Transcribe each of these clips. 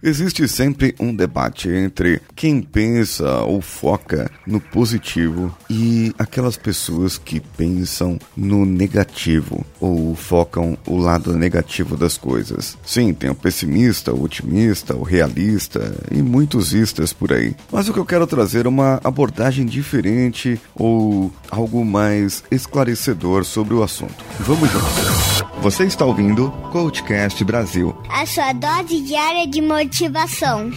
Existe sempre um debate entre quem pensa ou foca no positivo e aquelas pessoas que pensam no negativo ou focam o lado negativo das coisas. Sim, tem o pessimista, o otimista, o realista e muitos istas por aí. Mas o que eu quero trazer é uma abordagem diferente ou algo mais esclarecedor sobre o assunto. Vamos juntos. Você está ouvindo Coachcast Brasil, a sua dose diária de motivação.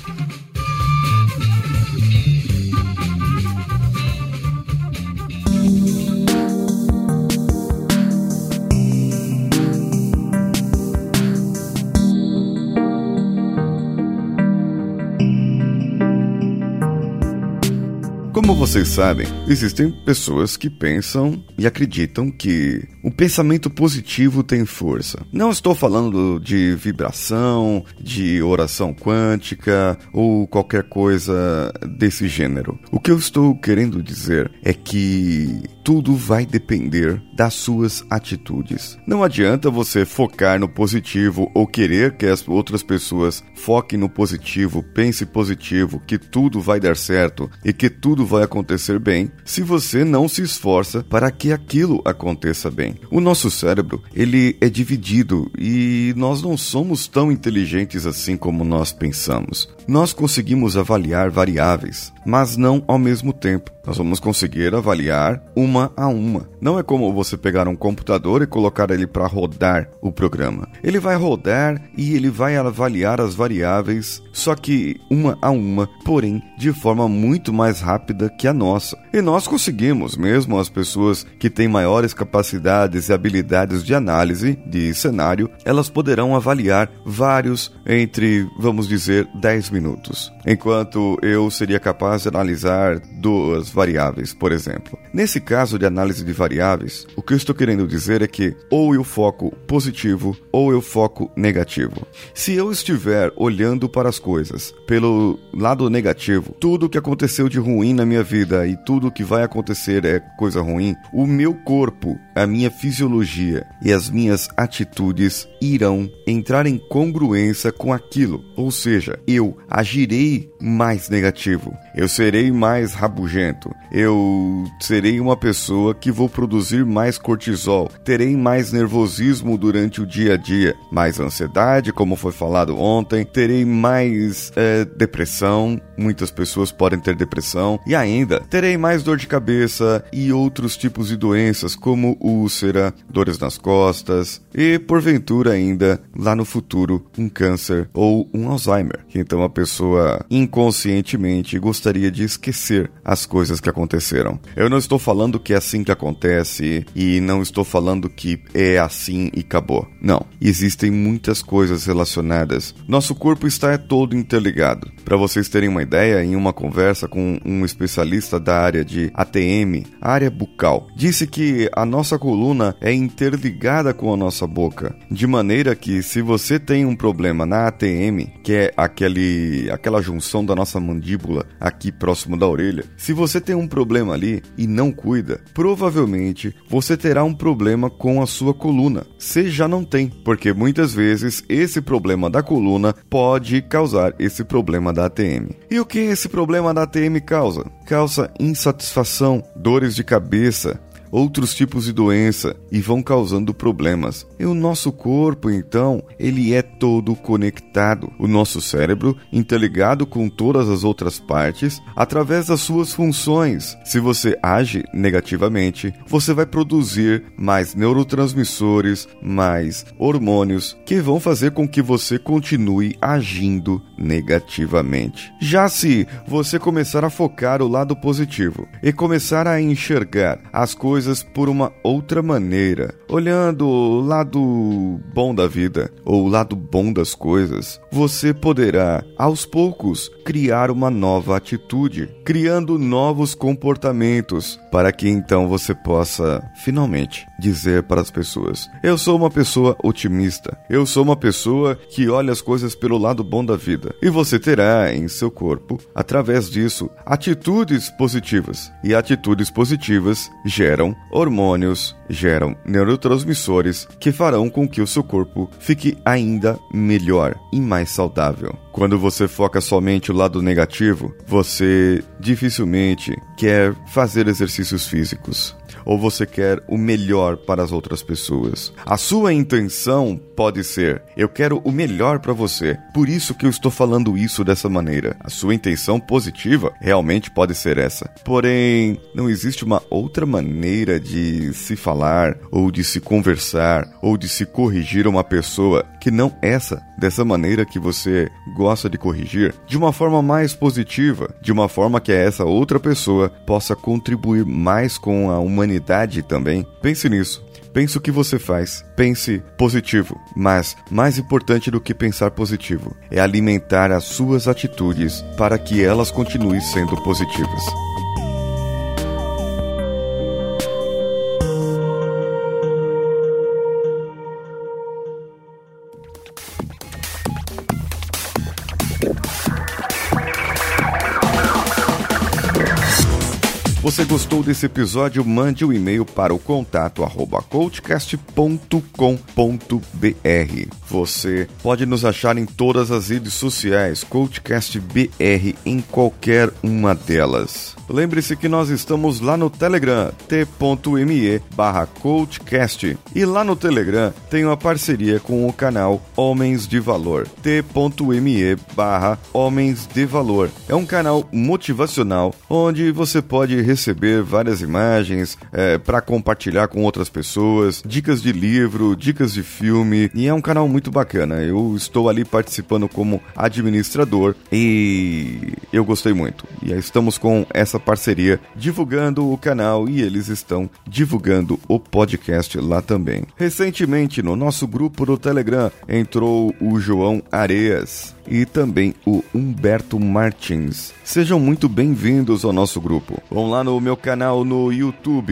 Como vocês sabem, existem pessoas que pensam e acreditam que o pensamento positivo tem força. Não estou falando de vibração, de oração quântica ou qualquer coisa desse gênero. O que eu estou querendo dizer é que tudo vai depender das suas atitudes. Não adianta você focar no positivo ou querer que as outras pessoas foquem no positivo, pense positivo, que tudo vai dar certo e que tudo vai acontecer bem, se você não se esforça para que aquilo aconteça bem. O nosso cérebro, ele é dividido e nós não somos tão inteligentes assim como nós pensamos. Nós conseguimos avaliar variáveis, mas não ao mesmo tempo. Nós vamos conseguir avaliar uma a uma. Não é como você pegar um computador e colocar ele para rodar o programa. Ele vai rodar e ele vai avaliar as variáveis, só que uma a uma, porém de forma muito mais rápida que a nossa. E nós conseguimos, mesmo as pessoas que têm maiores capacidades e habilidades de análise de cenário, elas poderão avaliar vários entre, vamos dizer, 10 minutos. Enquanto eu seria capaz de analisar 2 variáveis, por exemplo. Nesse caso de análise de variáveis, o que eu estou querendo dizer é que ou eu foco positivo ou eu foco negativo. Se eu estiver olhando para as coisas pelo lado negativo, tudo o que aconteceu de ruim na minha vida e tudo o que vai acontecer é coisa ruim, o meu corpo, a minha fisiologia e as minhas atitudes irão entrar em congruência com aquilo. Ou seja, eu agirei mais negativo, eu serei mais rabugento, eu serei uma pessoa que vou produzir mais cortisol, terei mais nervosismo durante o dia a dia, mais ansiedade, como foi falado ontem, terei mais depressão, muitas pessoas podem ter depressão, e ainda terei mais dor de cabeça e outros tipos de doenças como úlcera, dores nas costas e, porventura ainda, lá no futuro, um câncer ou um Alzheimer, que então a pessoa inconscientemente gostaria de esquecer as coisas que aconteceram. Eu não estou falando que é assim que acontece e não estou falando que é assim e acabou. Não. Existem muitas coisas relacionadas. Nosso corpo está todo interligado. Para vocês terem uma ideia, em uma conversa com um especialista da área de ATM, área bucal, disse que a nossa coluna é interligada com a nossa boca, de maneira que se você tem um problema na ATM, que é aquela junção da nossa mandíbula aqui próximo da orelha, se você tem um problema ali e não cuida, provavelmente você terá um problema com a sua coluna. Você já não tem, porque muitas vezes esse problema da coluna pode causar esse problema da ATM. E o que esse problema da ATM causa? Causa insatisfação, dores de cabeça, outros tipos de doença e vão causando problemas. E o nosso corpo, então, ele é todo conectado. O nosso cérebro interligado com todas as outras partes através das suas funções. Se você age negativamente, você vai produzir mais neurotransmissores, mais hormônios que vão fazer com que você continue agindo negativamente. Já se você começar a focar o lado positivo e começar a enxergar as coisas por uma outra maneira, olhando o lado bom da vida ou o lado bom das coisas, você poderá, aos poucos, criar uma nova atitude, criando novos comportamentos, para que então você possa, finalmente, dizer para as pessoas: eu sou uma pessoa otimista, eu sou uma pessoa que olha as coisas pelo lado bom da vida. E você terá em seu corpo, através disso, atitudes positivas. E atitudes positivas geram hormônios, geram neurotransmissores que farão com que o seu corpo fique ainda melhor e mais saudável. Quando você foca somente o lado negativo, você dificilmente quer fazer exercícios físicos. Ou você quer o melhor para as outras pessoas. A sua intenção pode ser: eu quero o melhor para você, por isso que eu estou falando isso dessa maneira. A sua intenção positiva realmente pode ser essa. Porém, não existe uma outra maneira de se falar, ou de se conversar, ou de se corrigir uma pessoa que não essa, dessa maneira que você gosta de corrigir, de uma forma mais positiva, de uma forma que essa outra pessoa possa contribuir mais com a humanidade também. Pense nisso. Pense o que você faz. Pense positivo. Mas, mais importante do que pensar positivo, é alimentar as suas atitudes para que elas continuem sendo positivas. Você gostou desse episódio? Mande um e-mail para o contato@coachcast.com.br. Você pode nos achar em todas as redes sociais, CoachCastBR, em qualquer uma delas. Lembre-se que nós estamos lá no Telegram, t.me/coachcast. E lá no Telegram tem uma parceria com o canal Homens de Valor, t.me/Homens de Valor. É um canal motivacional onde você pode receber várias imagens para compartilhar com outras pessoas, dicas de livro, dicas de filme, e é um canal muito bacana. Eu estou ali participando como administrador e eu gostei muito. E estamos com essa parceria divulgando o canal e eles estão divulgando o podcast lá também. Recentemente, no nosso grupo do Telegram, entrou o João Areias e também o Humberto Martins. Sejam muito bem-vindos ao nosso grupo. Vão lá no meu canal no YouTube,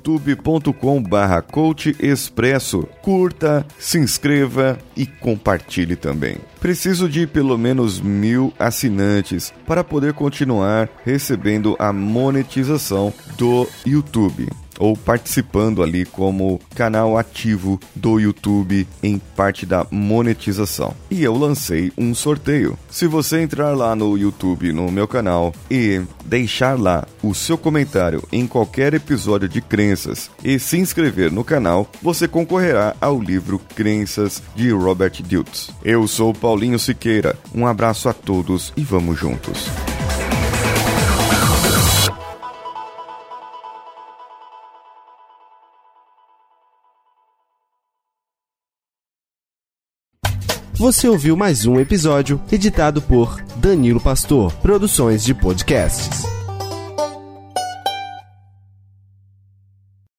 youtube.com/coachexpresso. Curta, se inscreva e compartilhe também. Preciso de pelo menos 1000 assinantes para poder continuar recebendo a monetização do YouTube, ou participando ali como canal ativo do YouTube em parte da monetização. E eu lancei um sorteio. Se você entrar lá no YouTube, no meu canal, e deixar lá o seu comentário em qualquer episódio de Crenças e se inscrever no canal, você concorrerá ao livro Crenças de Robert Dilts. Eu sou Paulinho Siqueira. Um abraço a todos e vamos juntos. Você ouviu mais um episódio editado por Danilo Pastor, Produções de Podcasts.